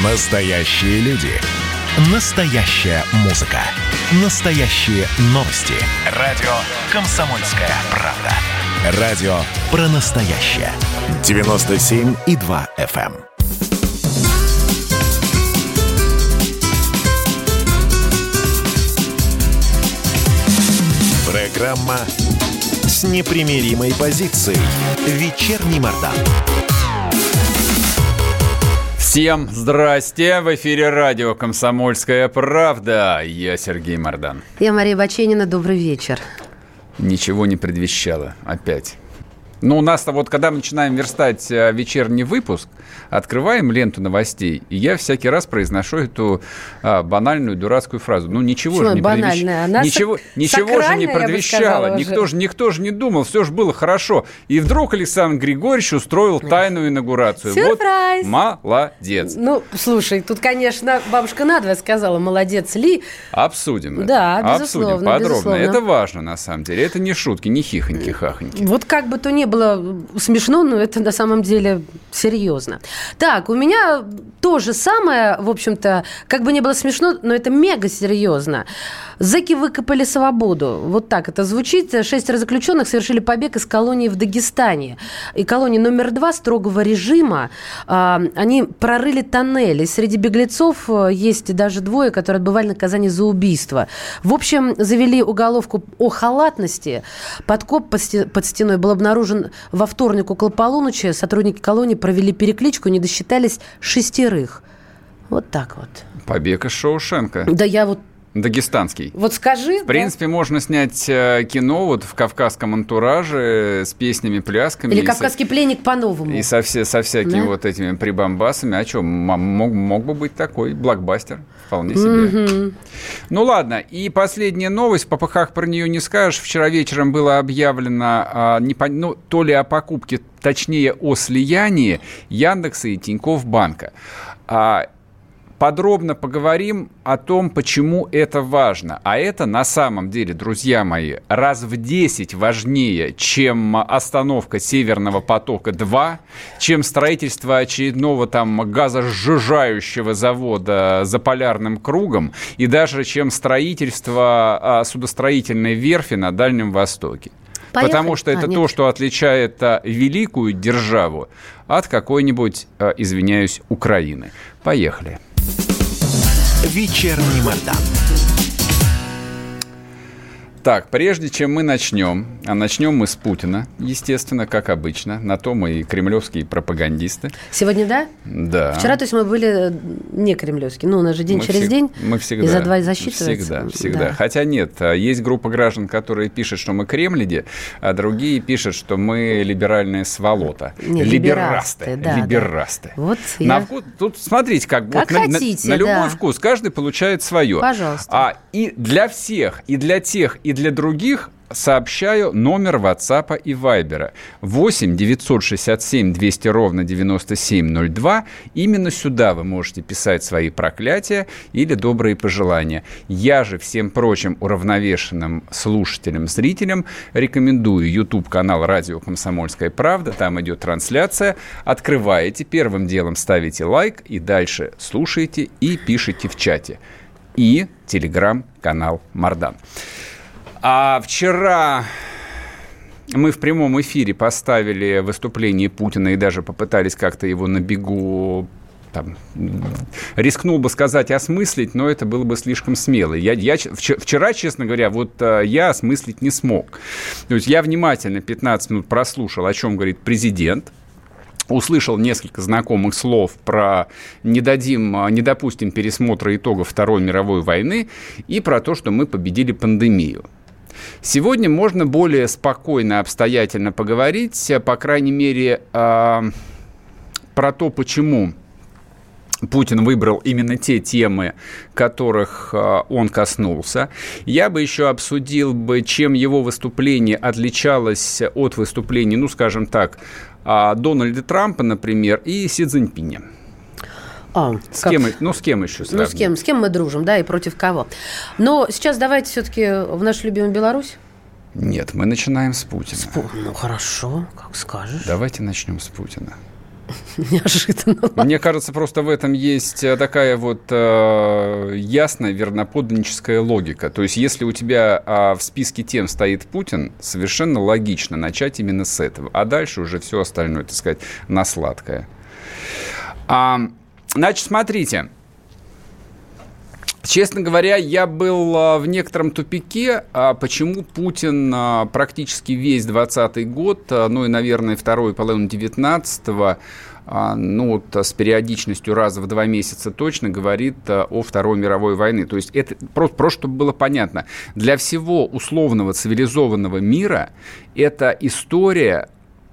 Настоящие люди. Настоящая музыка. Настоящие новости. Радио «Комсомольская правда». Радио про настоящее. 97,2 FM. Программа с непримиримой позицией. Вечерний Мардан. Всем здрасте! В эфире радио «Комсомольская правда». Я Сергей Мардан. Я Мария Баченина. Добрый вечер. Ничего не предвещало опять. Ну, у нас-то вот, когда мы начинаем верстать вечерний выпуск, открываем ленту новостей, и я всякий раз произношу эту банальную дурацкую фразу. Ну, ничего же не предвещало. Ничего же не предвещало. Никто же не думал, все же было хорошо. И вдруг Александр Григорьевич устроил тайную инаугурацию. Сюрприз! Вот молодец. Ну, слушай, тут, конечно, бабушка надвое сказала, молодец ли. Обсудим это. Да, безусловно. Обсудим подробно. Безусловно. Это важно, на самом деле. Это не шутки, не хихоньки-хахоньки. Вот как бы то ни было смешно, но это на самом деле серьезно. Так, у меня то же самое, в общем-то, как бы не было смешно, но это мега серьезно. Зэки выкопали свободу. Вот так это звучит. 6 заключенных совершили побег из колонии в Дагестане. И колонии номер 2 строгого режима. Они прорыли тоннель. И среди беглецов есть даже 2, которые отбывали наказание за убийство. В общем, завели уголовку о халатности. Подкоп под стеной был обнаружен во вторник около полуночи. Сотрудники колонии провели перекличку, не досчитались 6. Вот так вот. Побег из Шоушенка. Да я вот дагестанский. Вот скажи. В принципе, можно снять кино вот в кавказском антураже с песнями, плясками. Или «Кавказский пленник» по-новому. И со всякими вот этими прибамбасами. А что, мог бы быть такой блокбастер. Вполне себе. Ну ладно. И последняя новость. В попыхах про нее не скажешь. Вчера вечером было объявлено то ли о покупке, точнее о слиянии Яндекса и Тинькофф банка. Подробно поговорим о том, почему это важно. А это на самом деле, друзья мои, раз в 10 важнее, чем остановка Северного потока-2, чем строительство очередного там газосжижающего завода за полярным кругом и даже чем строительство судостроительной верфи на Дальнем Востоке. Поехали? Потому что это то, что отличает великую державу от какой-нибудь, извиняюсь, Украины. Поехали. Вечерний Мардан. Так, прежде чем мы начнем, а начнем мы с Путина, естественно, как обычно, на то мы и кремлевские пропагандисты. Сегодня, да? Да. Вчера, то есть, мы были не кремлевские, у нас же день через день, мы всегда, и за 2 засчитывается. Всегда. Да. Хотя нет, есть группа граждан, которые пишут, что мы кремлиди, а другие пишут, что мы либеральная сволота. Либерасты. Либерасты. Вот тут смотрите, как хотите, на любой вкус, каждый получает свое. Пожалуйста. И для всех, и для тех, и для других сообщаю номер WhatsApp и Viber 8 967 200 ровно 9702. Именно сюда вы можете писать свои проклятия или добрые пожелания. Я же всем прочим уравновешенным слушателям, зрителям рекомендую YouTube-канал «Радио Комсомольская правда». Там идет трансляция. Открываете, первым делом ставите лайк и дальше слушаете и пишите в чате. И телеграм-канал «Мардан». А вчера мы в прямом эфире поставили выступление Путина и даже попытались как-то его на бегу, рискнул бы сказать, осмыслить, но это было бы слишком смело. Я вчера, честно говоря, я осмыслить не смог. То есть я внимательно 15 минут прослушал, о чем говорит президент. Услышал несколько знакомых слов про не допустим пересмотра итогов Второй мировой войны и про то, что мы победили пандемию. Сегодня можно более спокойно, обстоятельно поговорить, по крайней мере, про то, почему Путин выбрал именно те темы, которых он коснулся. Я бы еще обсудил, чем его выступление отличалось от выступлений, скажем так, Дональда Трампа, например, и Си Цзиньпиня. С кем еще сравнить? С кем мы дружим, да, и против кого. Но сейчас давайте все-таки в нашу любимую Беларусь. Нет, мы начинаем с Путина. Хорошо, как скажешь. Давайте начнем с Путина. Неожиданно. Мне кажется, просто в этом есть такая вот ясная верноподданническая логика. То есть, если у тебя в списке тем стоит Путин, совершенно логично начать именно с этого. А дальше уже все остальное, так сказать, на сладкое. Значит, смотрите. Честно говоря, я был в некотором тупике, почему Путин практически весь 2020 год, ну и, наверное, вторую половину 19-го, ну, вот с периодичностью раза в 2 месяца точно говорит о Второй мировой войне. То есть это просто чтобы было понятно. Для всего условного цивилизованного мира это история,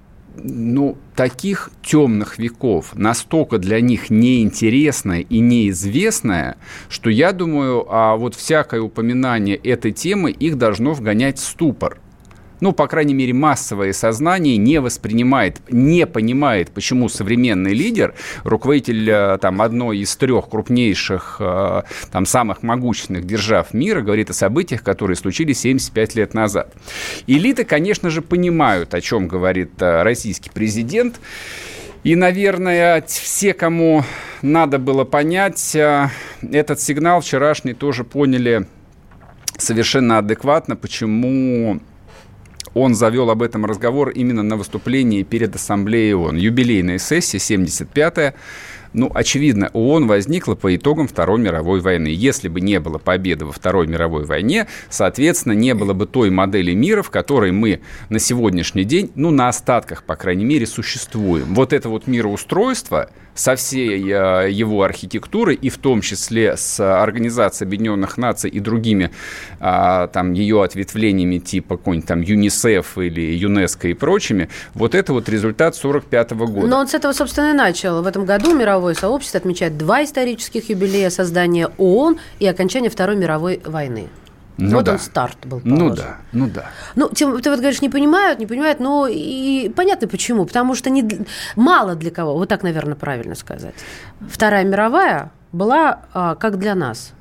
ну, таких темных веков, настолько для них неинтересная и неизвестная, что, я думаю, вот всякое упоминание этой темы их должно вгонять в ступор. Ну, по крайней мере, массовое сознание не воспринимает, не понимает, почему современный лидер, руководитель там, одной из 3 крупнейших, там, самых могущественных держав мира, говорит о событиях, которые случились 75 лет назад. Элиты, конечно же, понимают, о чем говорит российский президент. И, наверное, все, кому надо было понять, этот сигнал вчерашний тоже поняли совершенно адекватно, почему он завел об этом разговор именно на выступлении перед Ассамблеей ООН. Юбилейная сессия, 75-я. Ну, очевидно, ООН возникла по итогам Второй мировой войны. Если бы не было победы во Второй мировой войне, соответственно, не было бы той модели мира, в которой мы на сегодняшний день, ну, на остатках, по крайней мере, существуем. Вот это вот мироустройство со всей его архитектурой, и в том числе с Организацией Объединенных Наций и другими там, ее ответвлениями типа какой-нибудь там ЮНИСЕФ или ЮНЕСКО и прочими, вот это вот результат 1945 года. Но он с этого, собственно, и начал. В этом году мировое сообщество отмечает 2 исторических юбилея: создания ООН и окончания Второй мировой войны. Ну вот да. Он старт был положен. Ну да. Ну, ты вот говоришь, не понимают, но и понятно почему. Потому что мало для кого, вот так, наверное, правильно сказать. Вторая мировая была как для нас.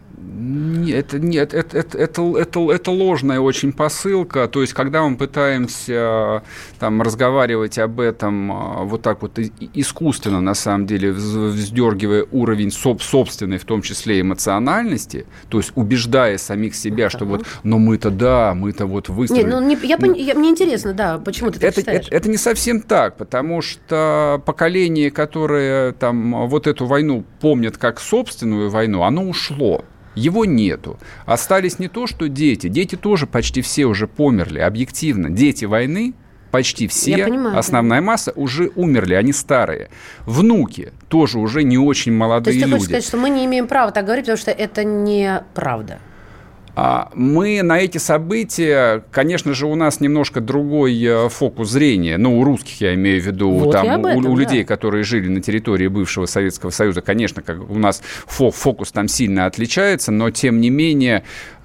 Это ложная очень посылка. То есть, когда мы пытаемся там, разговаривать об этом вот так вот искусственно, на самом деле, вздергивая уровень собственной, в том числе эмоциональности, то есть убеждая самих себя, что вот, но мы-то вот выстроили. Нет, мне интересно, да, почему ты так считаешь? Это не совсем так, потому что поколение, которое там вот эту войну помнят как собственную войну, оно ушло. Его нету. Остались не то, что дети. Дети тоже почти все уже померли, объективно. Дети войны, почти все, основная масса, уже умерли, они старые. Внуки тоже уже не очень молодые люди. То есть ты хочешь сказать, что мы не имеем права так говорить, потому что это неправда? Мы на эти события, конечно же, у нас немножко другой фокус зрения, ну, у русских, я имею в виду, вот там, у людей, которые жили на территории бывшего Советского Союза, конечно, как у нас фокус там сильно отличается, но, тем не менее,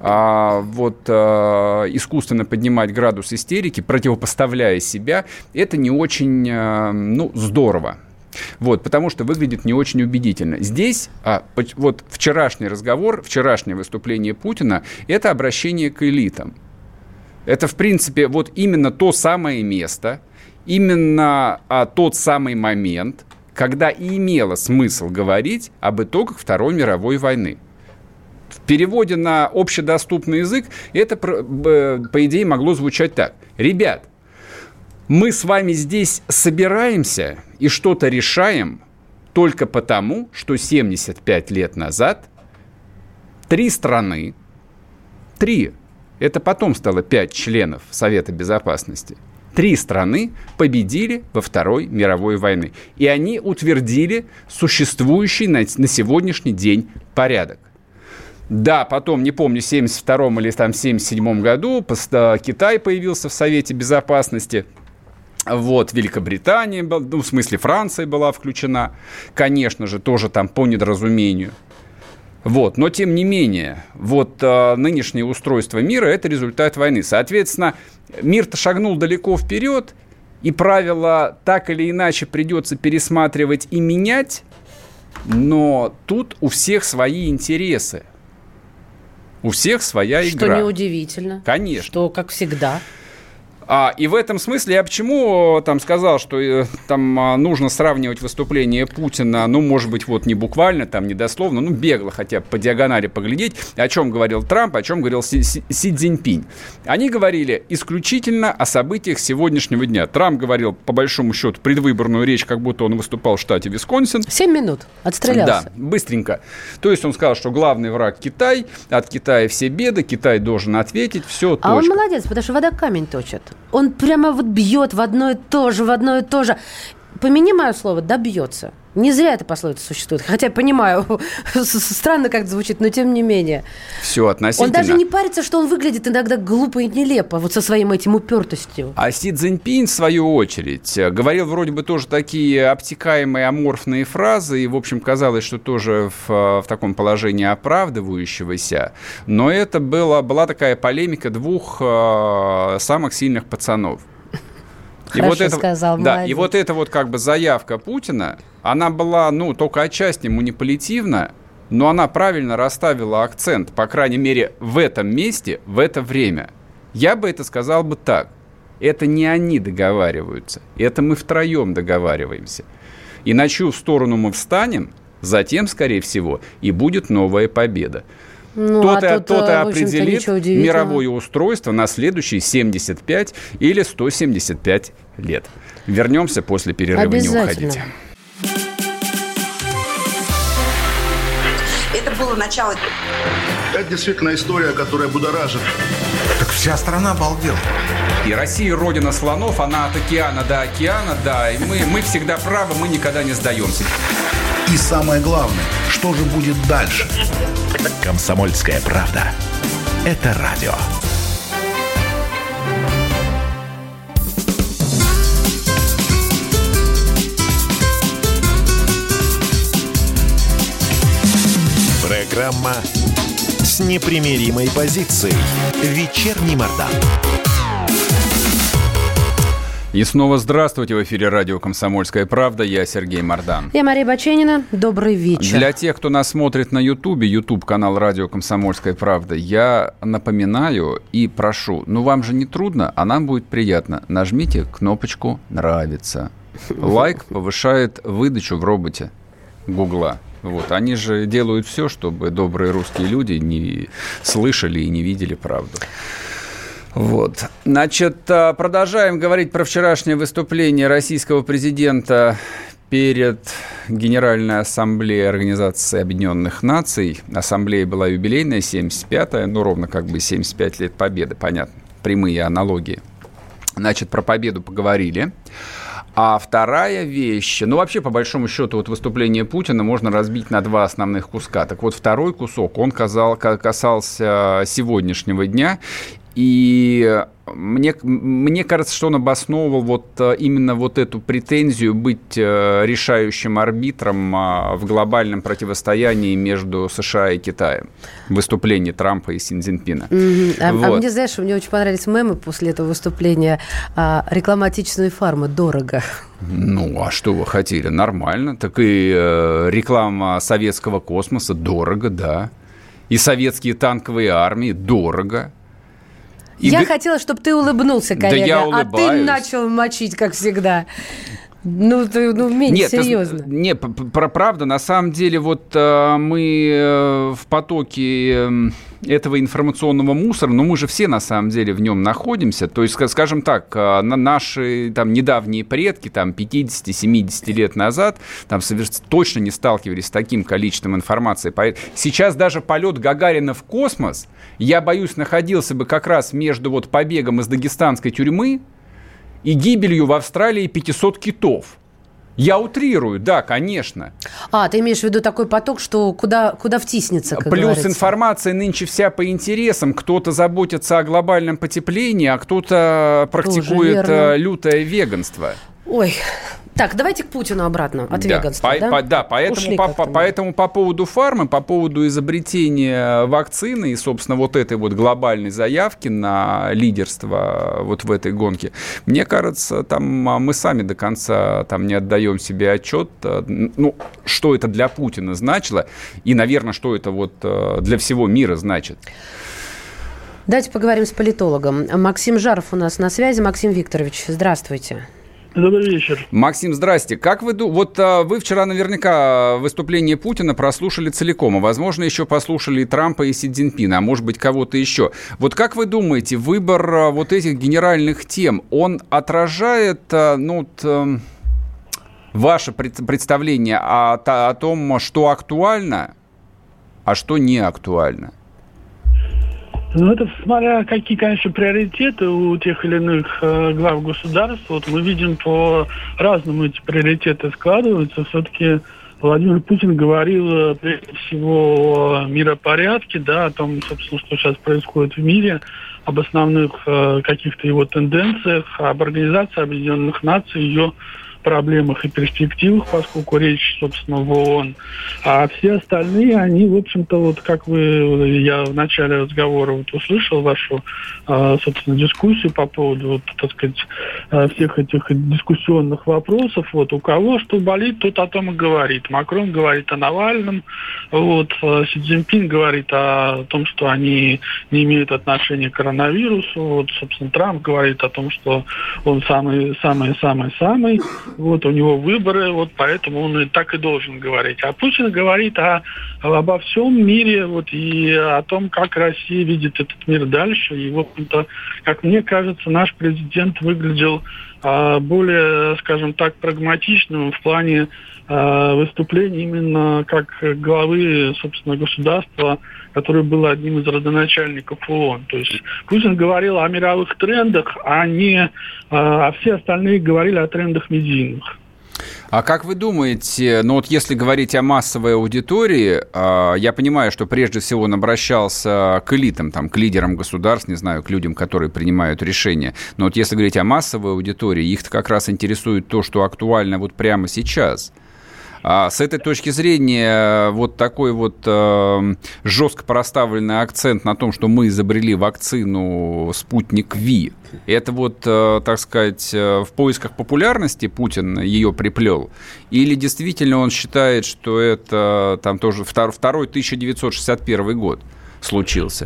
искусственно поднимать градус истерики, противопоставляя себя, это не очень, здорово. Вот, потому что выглядит не очень убедительно. Здесь вот вчерашний разговор, вчерашнее выступление Путина – это обращение к элитам. Это, в принципе, вот именно то самое место, именно тот самый момент, когда и имело смысл говорить об итогах Второй мировой войны. В переводе на общедоступный язык это, по идее, могло звучать так. Ребят, мы с вами здесь собираемся и что-то решаем только потому, что 75 лет назад 3 страны, это потом стало 5 членов Совета Безопасности, 3 страны победили во Второй мировой войне. И они утвердили существующий на сегодняшний день порядок. Да, потом, не помню, в 1972 или там, в 1977 году Китай появился в Совете Безопасности. Вот, Великобритания, в смысле Франция была включена, конечно же, тоже там по недоразумению. Вот, но тем не менее, вот нынешнее устройство мира – это результат войны. Соответственно, мир-то шагнул далеко вперед, и правила так или иначе придется пересматривать и менять, но тут у всех свои интересы. У всех своя игра. Что неудивительно. Конечно. Что, как всегда. И в этом смысле я почему там сказал, что там нужно сравнивать выступление Путина, ну, может быть, вот не буквально, там, не дословно, ну, бегло хотя бы по диагонали поглядеть, о чем говорил Трамп, о чем говорил Си Цзиньпинь. Они говорили исключительно о событиях сегодняшнего дня. Трамп говорил, по большому счету, предвыборную речь, как будто он выступал в штате Висконсин. 7 минут отстрелялся. Да, быстренько. То есть он сказал, что главный враг Китай, от Китая все беды, Китай должен ответить, все, точка. Он молодец, потому что вода камень точит. Он прямо вот бьет в одно и то же, в одно и то же. Помяни мое слово, добьется. Не зря эта пословица существует. Хотя, понимаю, странно как-то звучит, но тем не менее. Все относительно. Он даже не парится, что он выглядит иногда глупо и нелепо, вот со своим этим упертостью. А Си Цзиньпинь, в свою очередь, говорил вроде бы тоже такие обтекаемые, аморфные фразы, и, в общем, казалось, что тоже в таком положении оправдывающегося. Но это была такая полемика двух самых сильных пацанов. Хорошо сказал, да, молодец. И вот эта вот как бы заявка Путина, она была, ну, только отчасти манипулятивна, но она правильно расставила акцент, по крайней мере, в этом месте, в это время. Я бы это сказал бы так. Это не они договариваются, это мы втроем договариваемся. И на чью сторону мы встанем, затем, скорее всего, и будет новая победа. Ну, то-то определит мировое устройство на следующие 75 или 175 лет. Вернемся после перерыва, не уходите. Это было начало. Это действительно история, которая будоражит. Так вся страна обалдела. И Россия родина слонов, она от океана до океана, да, и мы всегда правы, мы никогда не сдаемся. И самое главное, что же будет дальше? «Комсомольская правда». Это радио. Программа с непримиримой позицией. «Вечерний Мордан». И снова здравствуйте. В эфире радио «Комсомольская правда». Я Сергей Мордан. Я Мария Баченина. Добрый вечер. Для тех, кто нас смотрит на Ютубе, Ютуб-канал радио «Комсомольская правда», я напоминаю и прошу, ну вам же не трудно, а нам будет приятно. Нажмите кнопочку «Нравится». Лайк повышает выдачу в роботе Гугла. Вот. Они же делают все, чтобы добрые русские люди не слышали и не видели правду. Вот. Значит, продолжаем говорить про вчерашнее выступление российского президента перед Генеральной Ассамблеей Организации Объединенных Наций. Ассамблея была юбилейная, 75-я, ну, ровно как бы 75 лет Победы, понятно, прямые аналогии. Значит, про победу поговорили. А вторая вещь, ну, вообще, по большому счету, вот выступление Путина можно разбить на два основных куска. Так вот, второй кусок, он касался сегодняшнего дня. И мне кажется, что он обосновывал вот именно вот эту претензию быть решающим арбитром в глобальном противостоянии между США и Китаем. Выступление Трампа и Си Цзиньпина. Вот. А мне, знаешь, мне очень понравились мемы после этого выступления. Реклама отечественной фармы дорого. Ну, а что вы хотели? Нормально. Так и реклама советского космоса дорого, да. И советские танковые армии дорого. Я хотела, чтобы ты улыбнулся, коллега, да я улыбаюсь. А ты начал мочить, как всегда. Ну, менее серьезно. Нет, правда, на самом деле, вот мы в потоке этого информационного мусора, но мы же все, на самом деле, в нем находимся. То есть, скажем так, наши там недавние предки, там, 50-70 лет назад, там, точно не сталкивались с таким количеством информации. Сейчас даже полет Гагарина в космос, я боюсь, находился бы как раз между вот побегом из дагестанской тюрьмы и гибелью в Австралии 500 китов. Я утрирую, да, конечно. Ты имеешь в виду такой поток, что куда втиснется, как Плюс говорится. Информация нынче вся по интересам. Кто-то заботится о глобальном потеплении, а кто-то практикует лютое веганство. Ой, так, давайте к Путину обратно от веганства. Поэтому по поводу фармы, по поводу изобретения вакцины и, собственно, вот этой вот глобальной заявки на лидерство вот в этой гонке, мне кажется, там мы сами до конца там не отдаем себе отчет, ну, что это для Путина значило и, наверное, что это вот для всего мира значит. Давайте поговорим с политологом. Максим Жаров у нас на связи. Максим Викторович, здравствуйте. Добрый вечер. Максим, здрасте. Как вы думаете, вы вчера наверняка выступление Путина прослушали целиком, а возможно еще послушали и Трампа, и Си Цзиньпина, а может быть кого-то еще. Вот как вы думаете, выбор вот этих генеральных тем, он отражает ваше представление о том, что актуально, а что не актуально? Это смотря какие, конечно, приоритеты у тех или иных глав государств. Вот мы видим, по-разному эти приоритеты складываются. Все-таки Владимир Путин говорил прежде всего о миропорядке, да, о том, собственно, что сейчас происходит в мире, об основных каких-то его тенденциях, об Организации Объединенных Наций, ее проблемах и перспективах, поскольку речь, собственно, в ООН. А все остальные, они, в общем-то, вот как я в начале разговора услышал вашу, собственно, дискуссию по поводу, вот, так сказать, всех этих дискуссионных вопросов. Вот у кого что болит, тот о том и говорит. Макрон говорит о Навальном, вот, Си Цзиньпин говорит о том, что они не имеют отношения к коронавирусу. Вот, собственно, Трамп говорит о том, что он самый-самый-самый-самый. Вот у него выборы, вот поэтому он и так и должен говорить. А Путин говорит обо всем мире, вот, и о том, как Россия видит этот мир дальше. И, в общем-то, как мне кажется, наш президент выглядел более, скажем так, прагматичным в плане выступлений именно как главы, собственно, государства, который был одним из родоначальников ООН. То есть Путин говорил о мировых трендах, а все остальные говорили о трендах медийных. А как вы думаете, если говорить о массовой аудитории, я понимаю, что прежде всего он обращался к элитам, к лидерам государств, не знаю, к людям, которые принимают решения. Но вот если говорить о массовой аудитории, их как раз интересует то, что актуально вот прямо сейчас. С этой точки зрения вот такой вот жестко проставленный акцент на том, что мы изобрели вакцину «Спутник Ви», это вот, так сказать, в поисках популярности Путин ее приплел? Или действительно он считает, что это там тоже второй 1961 год случился?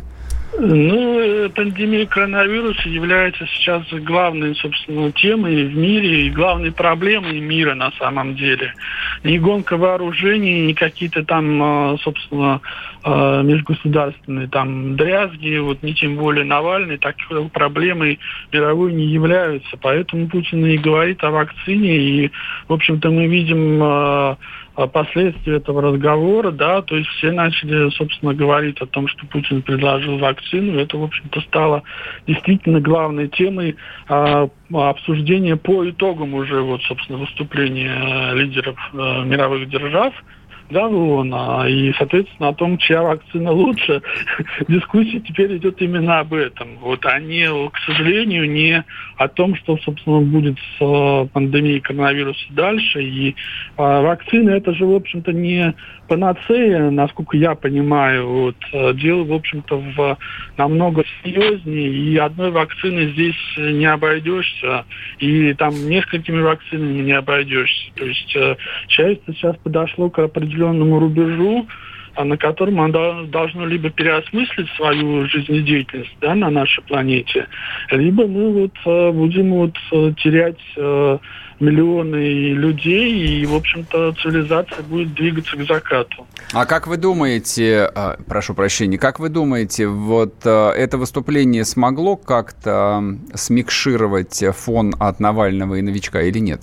Пандемия коронавируса является сейчас главной, собственно, темой в мире и главной проблемой мира на самом деле. Не гонка вооружений, не какие-то там, собственно, межгосударственные там дрязги, вот, не тем более Навальный, такой проблемой мировой не являются. Поэтому Путин и говорит о вакцине, и, в общем-то, мы видим последствия этого разговора, да, то есть все начали, собственно, говорить о том, что Путин предложил вакцину. Это, в общем-то, стало действительно главной темой обсуждения по итогам уже, вот, собственно, выступления лидеров мировых держав, да, в ООН, и, соответственно, о том, чья вакцина лучше, дискуссия теперь идет именно об этом. Вот, а не, к сожалению, не о том, что, собственно, будет с пандемией коронавируса дальше. И вакцина, это же, в общем-то, не панацея, насколько я понимаю. Вот, дело, в общем-то, намного серьезнее, и одной вакцины здесь не обойдешься, и там несколькими вакцинами не обойдешься. То есть человечество сейчас подошло к определенному рубежу, на котором оно должно либо переосмыслить свою жизнедеятельность, да, на нашей планете, либо мы будем терять миллионы людей, и, в общем-то, цивилизация будет двигаться к закату. А как вы думаете, прошу прощения, как вы думаете, вот это выступление смогло как-то смикшировать фон от Навального и Новичка или нет?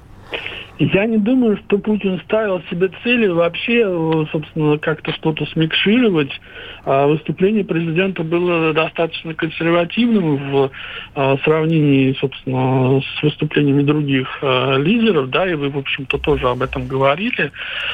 Я не думаю, что Путин ставил себе цели вообще, собственно, как-то что-то смикшировать. Выступление президента было достаточно консервативным в сравнении, собственно, с выступлениями других лидеров, да, и вы, в общем-то, тоже об этом говорили.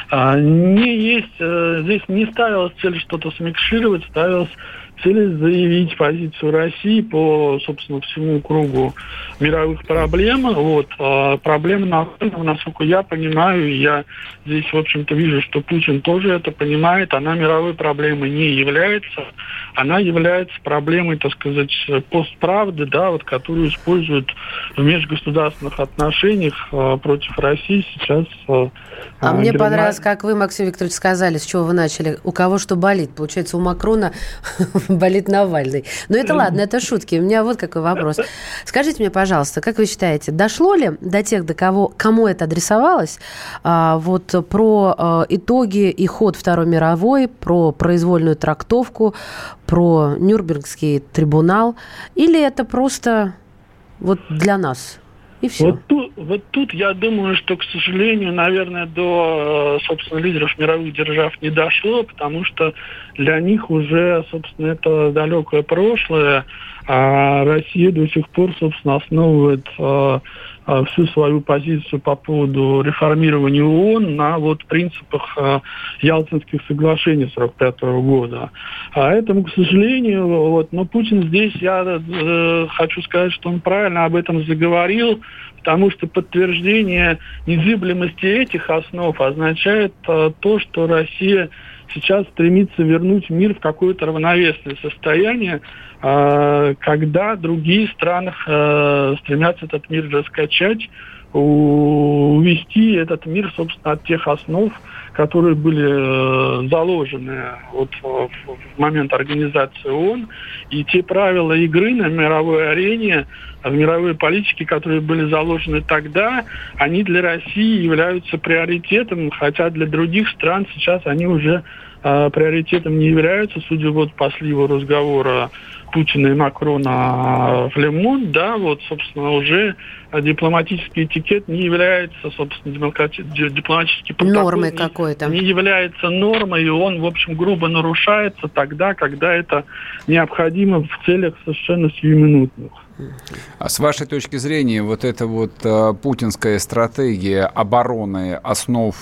Здесь не ставилась цель что-то смикшировать, ставилась цель заявить позицию России по, собственно, всему кругу мировых проблем. Вот. Проблема Навального, насколько я понимаю, я здесь, в общем-то, вижу, что Путин тоже это понимает, она мировой проблемой не является. Она является проблемой, так сказать, постправды, да, вот, которую используют в межгосударственных отношениях против России сейчас. Мне понравилось, как вы, Максим Викторович, сказали, с чего вы начали. У кого что болит. Получается, у Макрона Болит Навальный. Но это ладно, это шутки. У меня вот какой вопрос. Скажите мне, пожалуйста, как вы считаете, дошло ли до тех, кому это адресовалось, вот про итоги и ход Второй мировой, про произвольную трактовку, про Нюрнбергский трибунал, или это просто вот для нас? И все. Вот тут я думаю, что, к сожалению, наверное, до, собственно, лидеров мировых держав не дошло, потому что для них уже, собственно, это далекое прошлое, а Россия до сих пор, собственно, основывает всю свою позицию по поводу реформирования ООН на вот принципах Ялтинских соглашений 1945 года. Поэтому, к сожалению, но Путин здесь, я хочу сказать, что он правильно об этом заговорил, потому что подтверждение незыблемости этих основ означает то, что Россия сейчас стремится вернуть мир в какое-то равновесное состояние, когда другие страны стремятся этот мир раскачать, увести этот мир, собственно, от тех основ, которые были заложены вот в момент организации ООН, и те правила игры на мировой арене, в мировой политике, которые были заложены тогда, они для России являются приоритетом, хотя для других стран сейчас они уже приоритетом не являются, судя вот по сливу разговора Путина и Макрона в Ле-Монд, да, вот, собственно, уже дипломатический этикет не является, собственно, дипломатический протокол нормой какой-то. Не является нормой, и он, в общем, грубо нарушается тогда, когда это необходимо в целях совершенно сиюминутных. А с вашей точки зрения, вот эта вот путинская стратегия обороны основ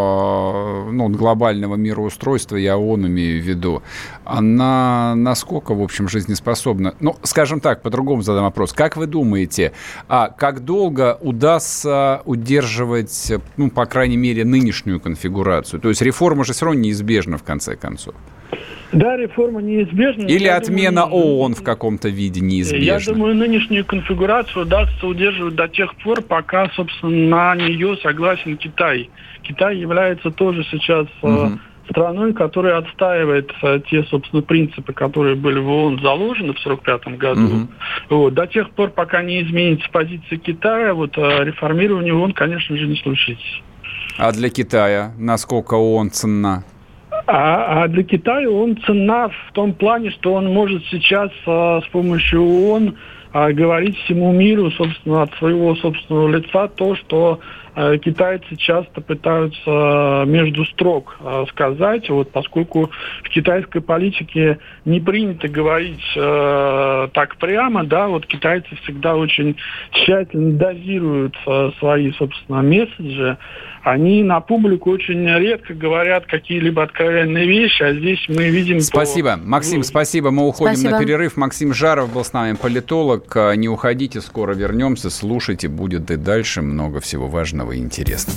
глобального мироустройства, я ООН имею в виду, она насколько, в общем, жизнеспособна? Ну, скажем так, по-другому задам вопрос. Как вы думаете, как долго удастся удерживать, по крайней мере, нынешнюю конфигурацию? То есть реформа же все равно неизбежна, в конце концов. Да, реформа неизбежна. Или отмена ООН в каком-то виде неизбежна? Я думаю, нынешнюю конфигурацию удастся удерживать до тех пор, пока, собственно, на нее согласен Китай. Китай является тоже сейчас страной, которая отстаивает те, собственно, принципы, которые были в ООН заложены в 1945 году. Вот. До тех пор, пока не изменится позиция Китая, вот реформирование ООН, конечно же, не случится. А для Китая насколько ООН ценна? А для Китая он ценна в том плане, что он может сейчас с помощью ООН говорить всему миру, собственно, от своего собственного лица то, что китайцы часто пытаются между строк сказать, вот, поскольку в китайской политике не принято говорить так прямо, да, вот китайцы всегда очень тщательно дозируют свои, собственно, месседжи. Они на публику очень редко говорят какие-либо откровенные вещи, а здесь мы видим... Спасибо. Максим, спасибо. Мы уходим на перерыв. Максим Жаров был с нами, политолог. Не уходите, скоро вернемся. Слушайте, будет и дальше много всего важного и интересного.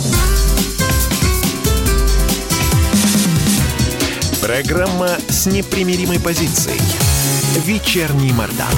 Программа с непримиримой позицией. Вечерний Мордан.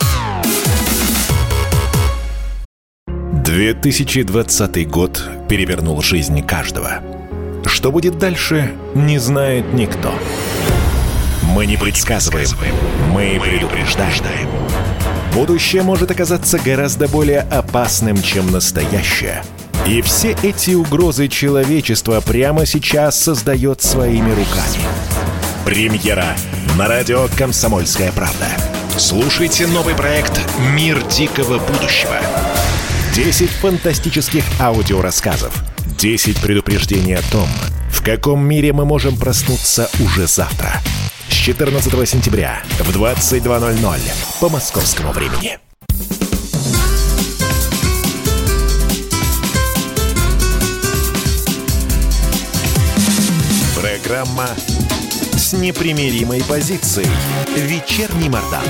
2020 год перевернул жизнь каждого. Что будет дальше, не знает никто. Мы не предсказываем, мы предупреждаем. Будущее может оказаться гораздо более опасным, чем настоящее. И все эти угрозы человечество прямо сейчас создает своими руками. Премьера на радио «Комсомольская правда». Слушайте новый проект «Мир дикого будущего». 10 фантастических аудиорассказов. 10 предупреждений о том, в каком мире мы можем проснуться уже завтра. С 14 сентября в 22:00 по московскому времени. Программа с непримиримой позицией. Вечерний Мордан.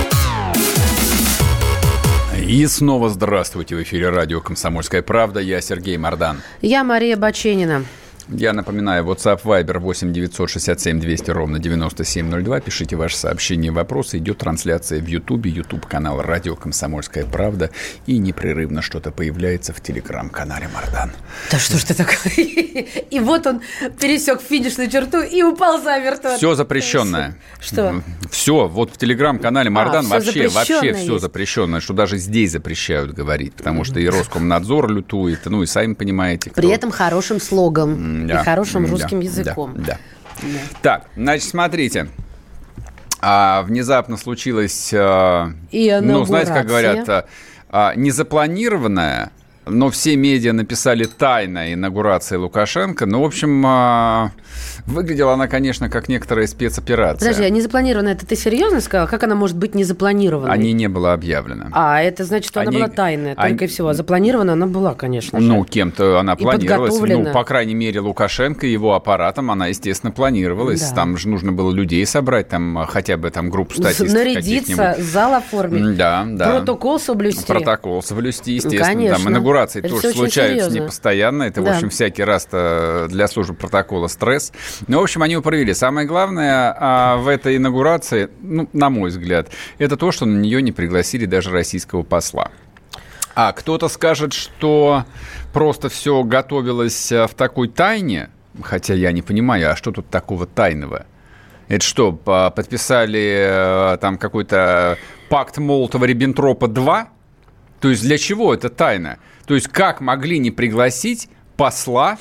И снова здравствуйте. В эфире радио «Комсомольская правда». Я Сергей Мордан. Я Мария Баченина. Я напоминаю, WhatsApp, Viber 8 967 200 ровно 9702. Пишите ваши сообщения и вопросы. Идет трансляция в Ютубе, YouTube-канал «Радио Комсомольская правда». И непрерывно что-то появляется в Телеграм-канале Мардан. Да что ж ты такое? И вот он пересек финишную черту и упал замертво. Все запрещенное. Что? Все. Вот в Телеграм-канале Мардан вообще все есть. запрещенное, что даже здесь запрещают говорить. Потому что и Роскомнадзор лютует, ну и сами понимаете. Кто... При этом хорошим слогом. Да, и хорошим русским языком. Да. Так, значит, смотрите. Внезапно случилась, знаете, как говорят, незапланированная, но все медиа написали тайная инаугурация Лукашенко. Ну, в общем, выглядела она, конечно, как некоторая спецоперация. Подожди, а незапланированная, это ты серьезно сказал? Как она может быть незапланированной? О ней не было объявлено. Это значит, что она была тайная, только и всего. А запланирована она была, конечно же. Ну, кем-то она планировалась. подготовлена. Ну, по крайней мере, Лукашенко и его аппаратом она, естественно, планировалась. Да. Там же нужно было людей собрать, там хотя бы там группу статистов. Нарядиться, зал оформить. Да. Протокол соблюсти. Естественно. Конечно. Там инаугурации тоже случаются непостоянно. Это, в общем, всякий раз для службы протокола стресс. Ну, в общем, они его провели. Самое главное в этой инаугурации, ну, на мой взгляд, это то, что на нее не пригласили даже российского посла. А кто-то скажет, что просто все готовилось в такой тайне, хотя я не понимаю, а что тут такого тайного? Это что, подписали там какой-то пакт Молотова-Риббентропа-2? То есть для чего это тайна? То есть как могли не пригласить посла,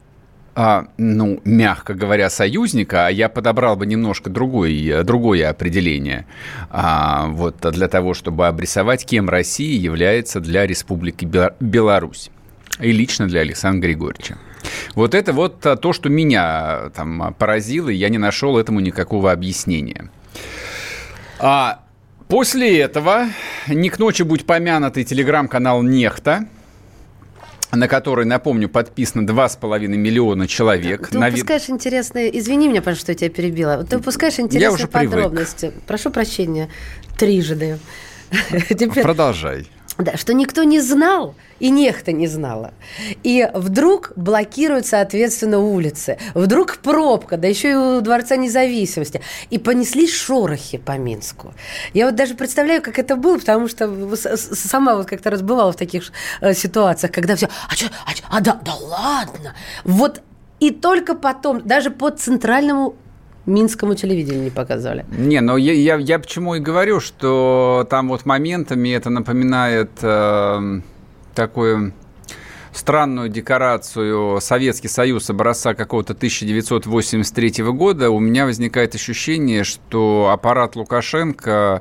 мягко говоря, союзника, а я подобрал бы немножко другое определение, для того, чтобы обрисовать, кем Россия является для Республики Беларусь и лично для Александра Григорьевича. Вот это вот то, что меня там поразило, и я не нашел этому никакого объяснения. После этого не к ночи будь помянутый телеграм-канал «Нехта», на который, напомню, подписано 2,5 миллиона человек. Ты упускаешь интересные... Извини меня, пожалуйста, что я тебя перебила. Ты упускаешь интересные подробности. Прошу прощения. Трижды. Продолжай. Да, что никто не знал, и Нехта не знала. И вдруг блокируют, соответственно, улицы. Вдруг пробка, да еще и у Дворца Независимости. И понеслись шорохи по Минску. Я вот даже представляю, как это было, потому что сама вот как-то раз бывала в таких ситуациях, когда все, да ладно. Вот и только потом, даже по центральному Минскому телевидению не показывали. Не, но я почему и говорю, что там вот моментами это напоминает такую странную декорацию Советский Союз образца какого-то 1983 года. У меня возникает ощущение, что аппарат Лукашенко,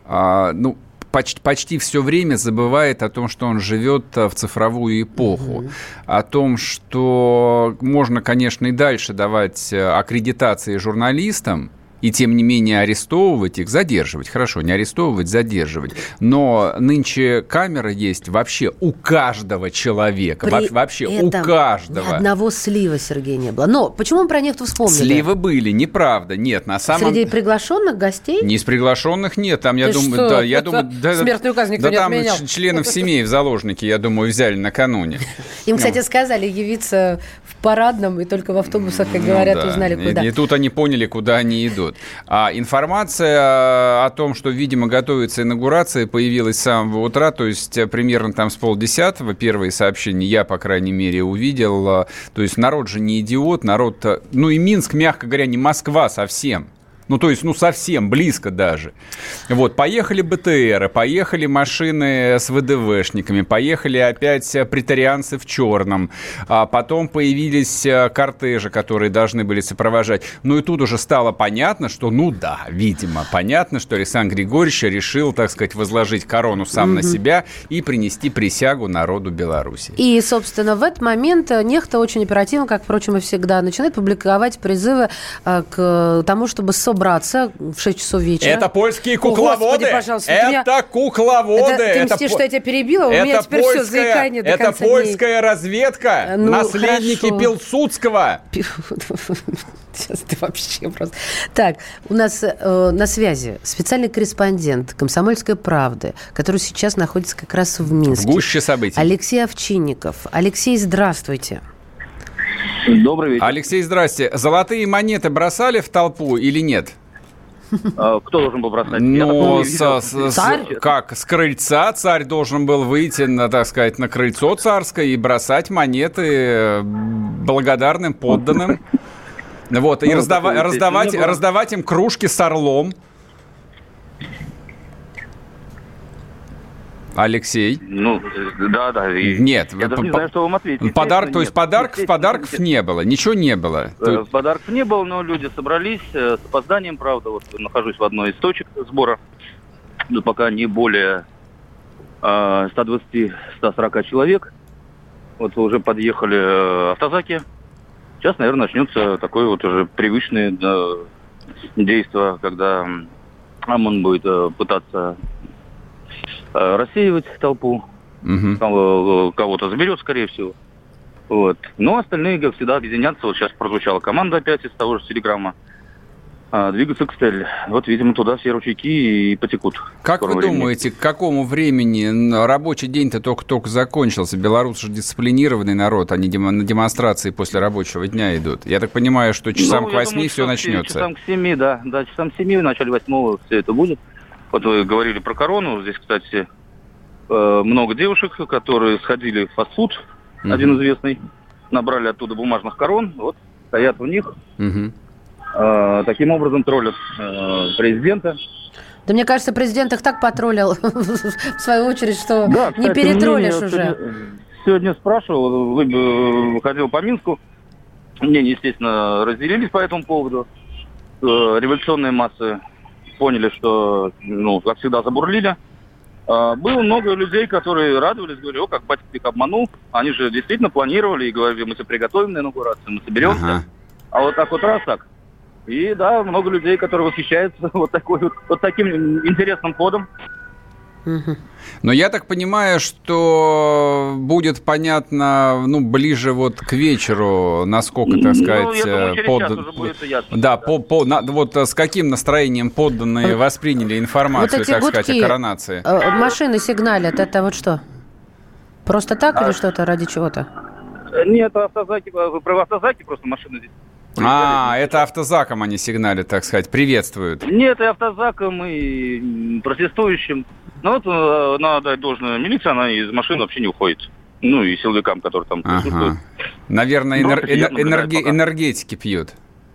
почти все время забывает о том, что он живет в цифровую эпоху, о том, что можно, конечно, и дальше давать аккредитации журналистам, и тем не менее арестовывать их, задерживать. Хорошо, не арестовывать, задерживать. Но нынче камера есть вообще у каждого человека. Вообще у каждого. Ни одного слива, Сергей, не было. Но почему мы про Нехту вспомнили? Сливы были, неправда. Нет, на самом деле. Среди приглашенных гостей? Не из приглашенных нет. Там, я думаю, смертный указ никто не отменял. Там членов семей в заложники, я думаю, взяли накануне. Им, кстати, сказали явиться в парадном, и только в автобусах, как говорят, узнали, куда. И тут они поняли, куда они идут. А информация о том, что, видимо, готовится инаугурация, появилась с самого утра, то есть примерно там с 9:30 первые сообщения я, по крайней мере, увидел. То есть народ же не идиот, народ... и Минск, мягко говоря, не Москва совсем. Совсем близко даже. Вот, поехали БТРы, поехали машины с ВДВшниками, поехали опять претарианцы в черном, а потом появились кортежи, которые должны были сопровождать. И тут уже стало понятно, что, видимо, понятно, что Александр Григорьевич решил, так сказать, возложить корону сам на себя и принести присягу народу Беларуси. И, собственно, в этот момент Нехта очень оперативно, как, впрочем, и всегда, начинает публиковать призывы к тому, чтобы собраться в 6 часов вечера. Это польские кукловоды. Господи, пожалуйста. Это кукловоды. Ты мстишь, что я тебя перебила? У меня теперь все заикание до конца дней. Это польская разведка. Наследники Пилсудского. Сейчас ты вообще просто... Так, у нас на связи специальный корреспондент «Комсомольской правды», который сейчас находится как раз в Минске. В гуще событий. Алексей Овчинников. Алексей, здравствуйте. Добрый вечер. Алексей, здрасте. Золотые монеты бросали в толпу или нет? Кто должен был бросать? Ну, Царь? как? С крыльца царь должен был выйти, так сказать, на крыльцо царское и бросать монеты благодарным подданным. Вот, и раздавать им кружки с орлом. Алексей? Ну, да. Нет. Я даже не знаю, что вам ответить. То есть подарков не было, ничего не было? Подарков не было, но люди собрались с опозданием, правда. Вот нахожусь в одной из точек сбора. Ну, пока не более 120-140 человек. Вот уже подъехали автозаки. Сейчас, наверное, начнется такое вот уже привычное действие, когда ОМОН будет пытаться рассеивать толпу. Кого-то заберет, скорее всего. Вот. Но остальные, как всегда, объединятся. Вот сейчас прозвучала команда опять из того же Телеграма. Двигаться к цели. Вот, видимо, туда все ручейки и потекут. Как вы думаете, к какому времени рабочий день-то только закончился? Белорусы же дисциплинированный народ, они на демонстрации после рабочего дня идут. Я так понимаю, что часам к 8 все начнется. Часам к 7, да. Да, часам к 7, в начале 8 все это будет. Вот вы говорили про корону. Здесь, кстати, много девушек, которые сходили в фастфуд, один известный, набрали оттуда бумажных корон, вот, стоят в них. Таким образом троллят президента. Да мне кажется, президент их так потроллил, в свою очередь, что не перетроллишь уже. Сегодня спрашивал, выходил по Минску. Мнения, естественно, разделились по этому поводу. Революционные массы поняли, что, как всегда, забурлили. Было много людей, которые радовались, говорили, как батька их обманул. Они же действительно планировали и говорили, мы все приготовим на инаугурацию, мы соберемся. А вот так вот раз так. И да, много людей, которые восхищаются вот таким интересным ходом. Но я так понимаю, что будет понятно, ближе вот к вечеру, насколько, так сказать, я думаю, уже будет ясно. Да, вот с каким настроением подданные восприняли информацию, так сказать, о коронации. Машины сигналят, это вот что? Просто так или что-то ради чего-то? Нет, автозаки, про автозаки просто машины здесь. Это автозаком они сигналят, так сказать, приветствуют. Нет, и автозаком, и протестующим. Надо дать должное милиции, она из машин вообще не уходит. И силовикам, которые там присутствуют. Наверное, энергетики пьют.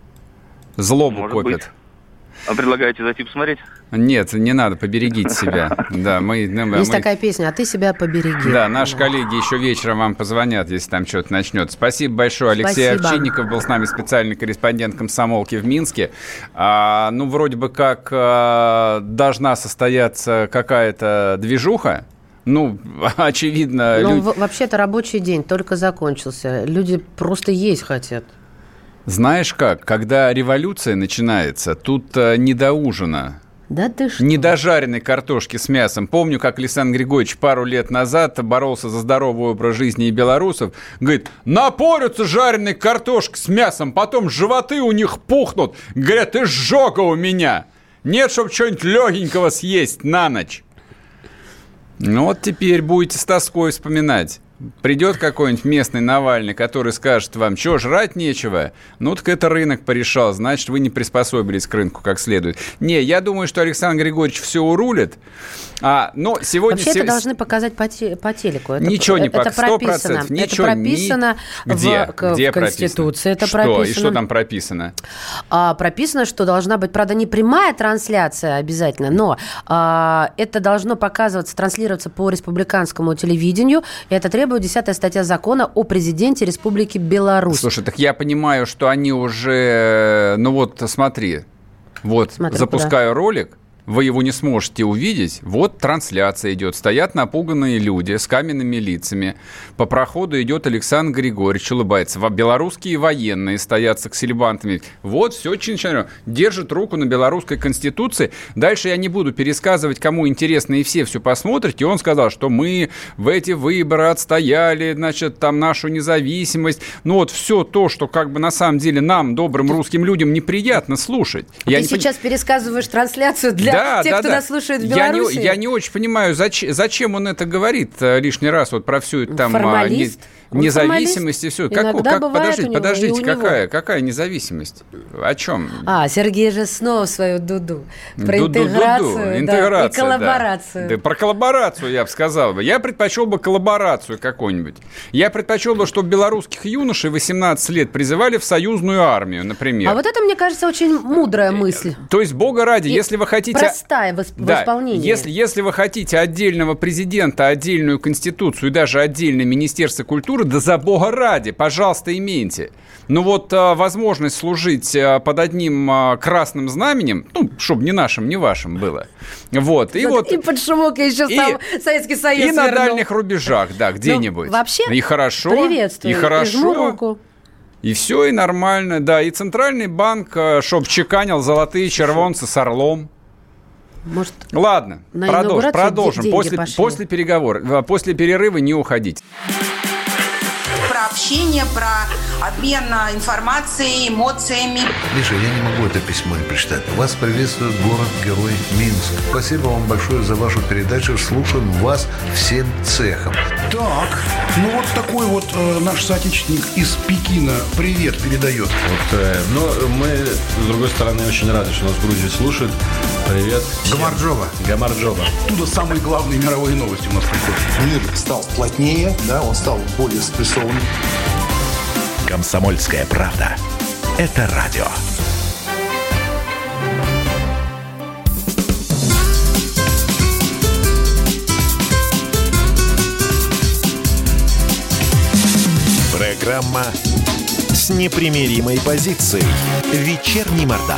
Злобу копят. А предлагаете зайти посмотреть? Нет, не надо, поберегите себя. Да, Есть такая песня, а ты себя побереги. Да, наши коллеги еще вечером вам позвонят, если там что-то начнется. Спасибо большое. Алексей Овчинников был с нами, специальный корреспондент «Комсомолки» в Минске. Вроде бы как должна состояться какая-то движуха. Очевидно... Вообще-то рабочий день только закончился. Люди просто есть хотят. Знаешь как, когда революция начинается, тут не до ужина. Да ты что? Не до жареной картошки с мясом. Помню, как Александр Григорьевич пару лет назад боролся за здоровый образ жизни и белорусов. Говорит, напорются жареной картошки с мясом, потом животы у них пухнут. Говорят, изжога у меня. Нет, чтоб что-нибудь легенького съесть на ночь. Вот теперь будете с тоской вспоминать. Придет какой-нибудь местный Навальный, который скажет вам, что, жрать нечего? Так это рынок порешал, значит, вы не приспособились к рынку как следует. Не, я думаю, что Александр Григорьевич все урулит. Но сегодня... Вообще это должны показать по телеку. Ничего не показать, 100%. Это прописано в Конституции. Это прописано. И что там прописано? Прописано, что должна быть, правда, не прямая трансляция обязательно, но это должно показываться, транслироваться по республиканскому телевидению, и это требует 10-я статья закона о президенте Республики Беларусь. Слушай, так я понимаю, что они уже... смотри, запускаю ролик, вы его не сможете увидеть. Вот трансляция идет. Стоят напуганные люди с каменными лицами. По проходу идет Александр Григорьевич, улыбается. Белорусские военные стоят с аксельбантами. Вот, все чин-чин. Держит руку на белорусской конституции. Дальше я не буду пересказывать, кому интересно, и все посмотрите. И он сказал, что мы в эти выборы отстояли, там, нашу независимость. Все то, что на самом деле нам, добрым русским людям, неприятно слушать. Ты сейчас пересказываешь трансляцию для для тех, кто нас слушает в Беларуси. Я не очень понимаю, зачем он это говорит лишний раз вот про всю там независимость и все. Подождите, какая независимость? О чем? Сергей же снова свою дуду про интеграцию и коллаборацию. Да, про коллаборацию я бы сказал. Я предпочел бы коллаборацию какую-нибудь. Я предпочел бы, чтобы белорусских юношей 18 лет призывали в союзную армию, например. А вот это, мне кажется, очень мудрая мысль. То есть, бога ради, если вы хотите... Простая в исполнении. Если вы хотите отдельного президента, отдельную конституцию и даже отдельное министерство культуры, да за бога ради, пожалуйста, имейте. Но вот возможность служить под одним красным знаменем, чтобы ни нашим, ни вашим было. Вот. И под шумок еще сам Советский Союз и на дальних рубежах, да, где-нибудь. Вообще и хорошо, приветствую, и хорошо. И жму руку. И все, и нормально, да. И Центральный банк, чтоб чеканил золотые червонцы с орлом. Может, ладно, продолжим. После переговоров, после перерыва не уходить. Про общение, про обмен информацией, эмоциями. Миша, я не могу это письмо не прочитать. Вас приветствует город-герой Минск. Спасибо вам большое за вашу передачу. Слушаем вас всем цехом. Так, вот такой вот наш соотечественник из Пекина привет передает. Но мы, с другой стороны, очень рады, что нас в Грузии слушают. Привет. Гамарджоба. Оттуда самые главные мировые новости у нас приходят. Мир стал плотнее, да, он стал более спрессованным. «Комсомольская правда». Это радио. Программа с непримиримой позицией. Вечерний Мардан.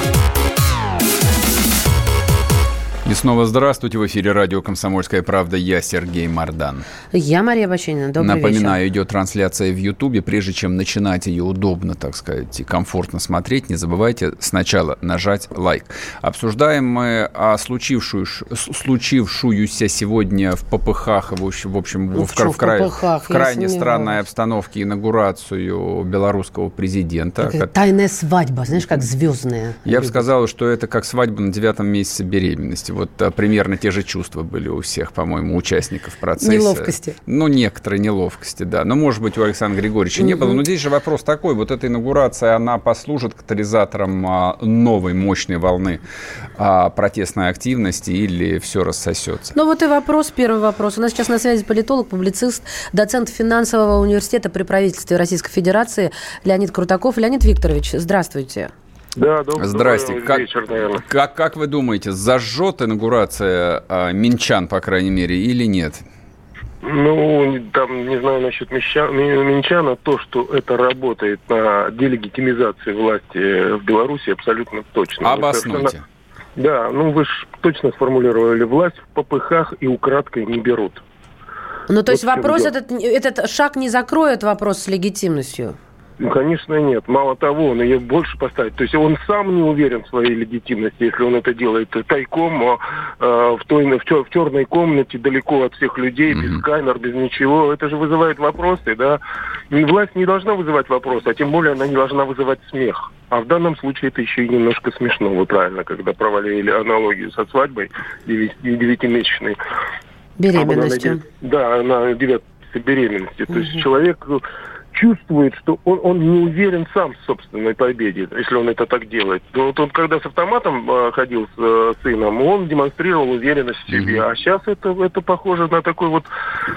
И снова здравствуйте. В эфире радио «Комсомольская правда». Я Сергей Мардан. Я Мария Баченина. Добрый вечер. Напоминаю, идет трансляция в Ютубе. Прежде чем начинать ее удобно, так сказать, и комфортно смотреть, не забывайте сначала нажать лайк. Обсуждаем мы случившуюся сегодня в попыхах, в крайне странной обстановке инаугурацию белорусского президента. Такая тайная свадьба, знаешь, как звездная. Я бы сказал, что это как свадьба на 9-м месяце беременности. Вот примерно те же чувства были у всех, по-моему, участников процесса. Неловкости. Некоторые неловкости, да. Но, может быть, у Александра Григорьевича не было. Но здесь же вопрос такой. Вот эта инаугурация, она послужит катализатором новой мощной волны протестной активности или все рассосется? Вот и первый вопрос. У нас сейчас на связи политолог, публицист, доцент финансового университета при правительстве Российской Федерации Леонид Крутаков. Леонид Викторович, здравствуйте. Да, добрый вечер, наверное. Как вы думаете, зажжет инаугурация минчан, по крайней мере, или нет? Там, не знаю насчет минчан, а то, что это работает на делегитимизации власти в Беларуси, абсолютно точно. Обоснуйте. Да, вы же точно сформулировали, власть в попыхах и украдкой не берут. То есть вопрос, этот шаг не закроет вопрос с легитимностью? Конечно, нет. Мало того, он ее больше поставит. То есть он сам не уверен в своей легитимности, если он это делает тайком, в черной комнате, далеко от всех людей, без камер, без ничего. Это же вызывает вопросы, да. И власть не должна вызывать вопросы, а тем более она не должна вызывать смех. А в данном случае это еще и немножко смешно, вы правильно, когда провалили аналогию со свадьбой 9-месячной. Беременностью. Да, на 9 беременности. То есть человек чувствует, что он не уверен сам в собственной победе, если он это так делает. Вот он, когда с автоматом ходил с сыном, он демонстрировал уверенность в себе. А сейчас это похоже на такой вот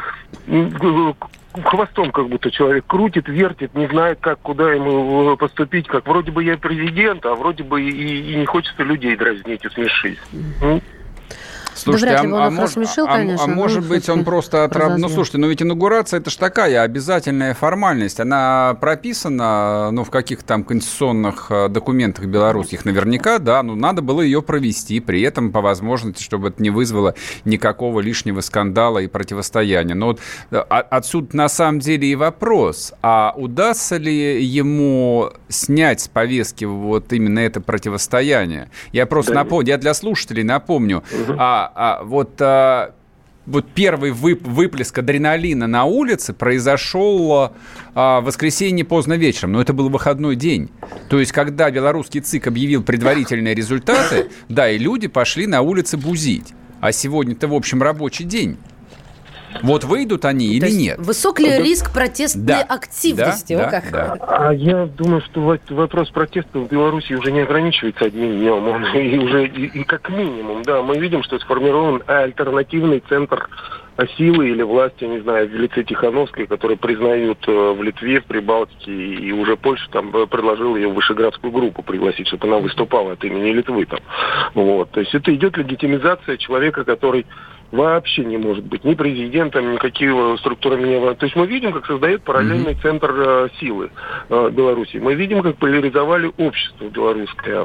хвостом как будто человек крутит, вертит, не знает, куда ему поступить. Как вроде бы я президент, а вроде бы и не хочется людей дразнить и смешить. Слушайте, может быть, он просто слушайте, ведь инаугурация, это ж такая обязательная формальность. Она прописана, в каких-то там конституционных документах белорусских наверняка, да, надо было ее провести, при этом по возможности, чтобы это не вызвало никакого лишнего скандала и противостояния. Но отсюда на самом деле и вопрос, а удастся ли ему снять с повестки вот именно это противостояние? Я просто напомню, я для слушателей напомню, вот первый выплеск адреналина на улице произошел в воскресенье поздно вечером, но это был выходной день. То есть, когда белорусский ЦИК объявил предварительные результаты, да, и люди пошли на улицы бузить. А сегодня-то, в общем, рабочий день. Вот выйдут они или нет? Высок ли риск протестной активности? А я думаю, что вопрос протеста в Беларуси уже не ограничивается одним днем. Он и как минимум, да, мы видим, что сформирован альтернативный центр силы или власти, не знаю, в лице Тихановской, которые признают в Литве, в Прибалтике, и уже Польша там предложила ее в Вышеградскую группу пригласить, чтобы она выступала от имени Литвы там. Вот. То есть это идет легитимизация человека, который вообще не может быть ни президентом, никакими структурами не было. То есть мы видим, как создает параллельный центр силы Беларуси. Мы видим, как поляризовали общество белорусское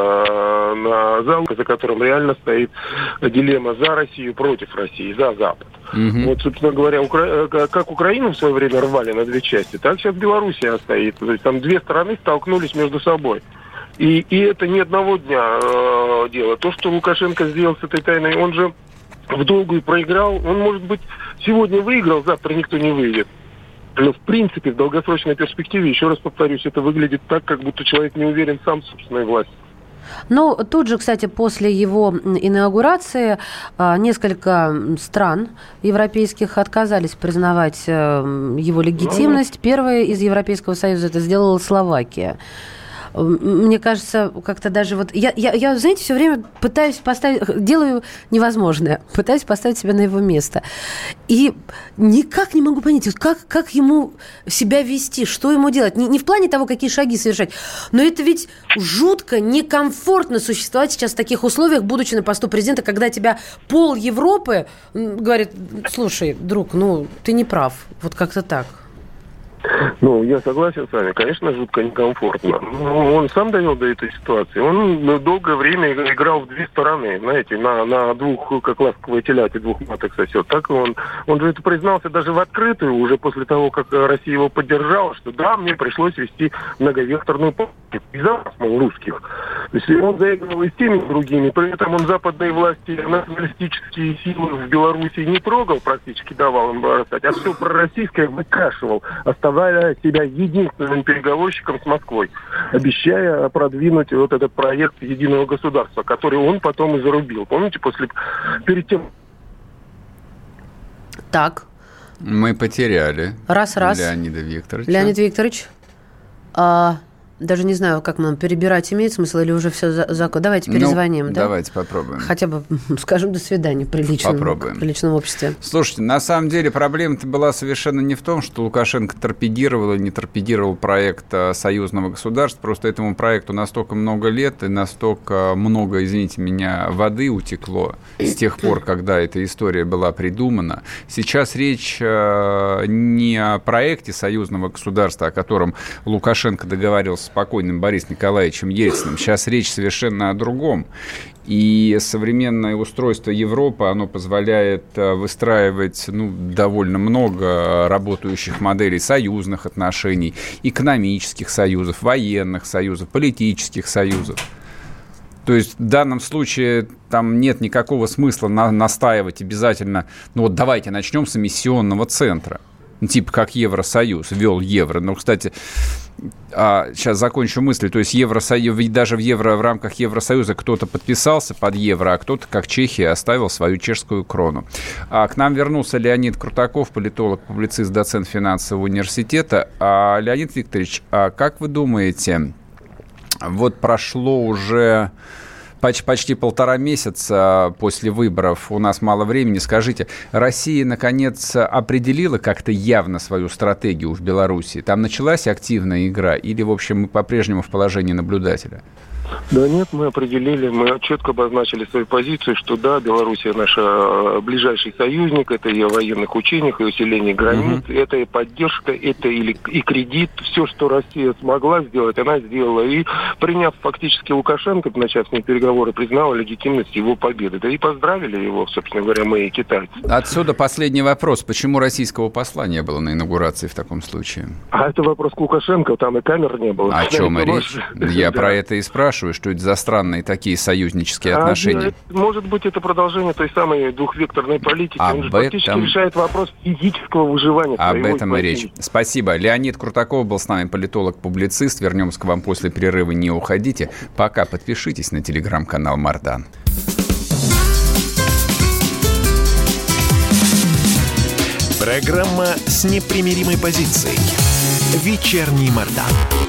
на зал, за которым реально стоит дилемма за Россию против России, за Запад. Вот, собственно говоря, как Украину в свое время рвали на две части, так сейчас Белоруссия стоит. То есть там две страны столкнулись между собой. И это не одного дня дело. То, что Лукашенко сделал с этой тайной, он же в долгую проиграл. Он, может быть, сегодня выиграл, завтра никто не выйдет. Но, в принципе, в долгосрочной перспективе, еще раз повторюсь, это выглядит так, как будто человек не уверен сам в собственной власти. Ну, тут же, кстати, после его инаугурации несколько стран европейских отказались признавать его легитимность. Первая из Европейского Союза это сделала Словакия. Мне кажется, как-то даже вот... Я, знаете, все время пытаюсь поставить... Делаю невозможное. Пытаюсь поставить себя на его место. И никак не могу понять, как ему себя вести, что ему делать. Не в плане того, какие шаги совершать. Но это ведь жутко некомфортно существовать сейчас в таких условиях, будучи на посту президента, когда тебя пол Европы говорит: слушай, друг, ты не прав. Вот как-то так. Ну, я согласен с вами. Конечно, жутко некомфортно. Но он сам довел до этой ситуации. Он долгое время играл в две стороны, знаете, на двух, как ласковые телята, двух маток сосет. Так он же это признался даже в открытую, уже после того, как Россия его поддержала, что да, мне пришлось вести многовекторную политику из-за вас, мол, русских. То есть он заигрывал и с теми, и с другими. При этом он западные власти, националистические силы в Беларуси не трогал, практически давал им бросать, а все пророссийское выкашивал, оставляя себя единственным переговорщиком с Москвой, обещая продвинуть вот этот проект единого государства, который он потом и зарубил. Помните, перед тем... Так. Мы потеряли Леонида Викторовича. Леонид Викторович, даже не знаю, как нам перебирать, имеет смысл или уже все закон. Давайте перезвоним. Да? Давайте попробуем. Хотя бы скажем до свидания в приличном обществе. Слушайте, на самом деле проблема-то была совершенно не в том, что Лукашенко торпедировал или не торпедировал проект союзного государства. Просто этому проекту настолько много лет и настолько много, извините меня, воды утекло с тех пор, когда эта история была придумана. Сейчас речь не о проекте союзного государства, о котором Лукашенко договаривался с покойным Борисом Николаевичем Ельциным. Сейчас речь совершенно о другом. И современное устройство Европы, оно позволяет выстраивать довольно много работающих моделей союзных отношений, экономических союзов, военных союзов, политических союзов. То есть в данном случае там нет никакого смысла настаивать обязательно, давайте начнем с эмиссионного центра. Типа как Евросоюз ввел евро. Кстати, сейчас закончу мысль. То есть Евросоюз, даже в рамках Евросоюза кто-то подписался под евро, а кто-то, как Чехия, оставил свою чешскую крону. К нам вернулся Леонид Крутаков, политолог, публицист, доцент финансового университета. Леонид Викторович, как вы думаете, вот прошло уже... Почти 1,5 месяца после выборов, у нас мало времени. Скажите, Россия, наконец, определила как-то явно свою стратегию в Беларуси? Там началась активная игра или, в общем, мы по-прежнему в положении наблюдателя? Да нет, мы определили, мы четко обозначили свою позицию, что да, Белоруссия наш ближайший союзник, это и о военных учениях, и усилении границ, это и поддержка, это и кредит, все, что Россия смогла сделать, она сделала. И приняв фактически Лукашенко, начав с ним переговоры, признала легитимность его победы. Да и поздравили его, собственно говоря, мы и китайцы. Отсюда последний вопрос. Почему российского посла не было на инаугурации в таком случае? А это вопрос к Лукашенко, там и камер не было. О чем и речь? Я про это и спрашиваю. спрашиваю, что это за странные такие союзнические отношения. Может быть, это продолжение той самой двухвекторной политики. Он же фактически решает вопрос физического выживания. Об этом и речь. Спасибо. Леонид Крутаков был с нами, политолог-публицист. Вернемся к вам после перерыва. Не уходите. Пока подпишитесь на телеграм-канал Мардан. Программа с непримиримой позицией. Вечерний Мардан.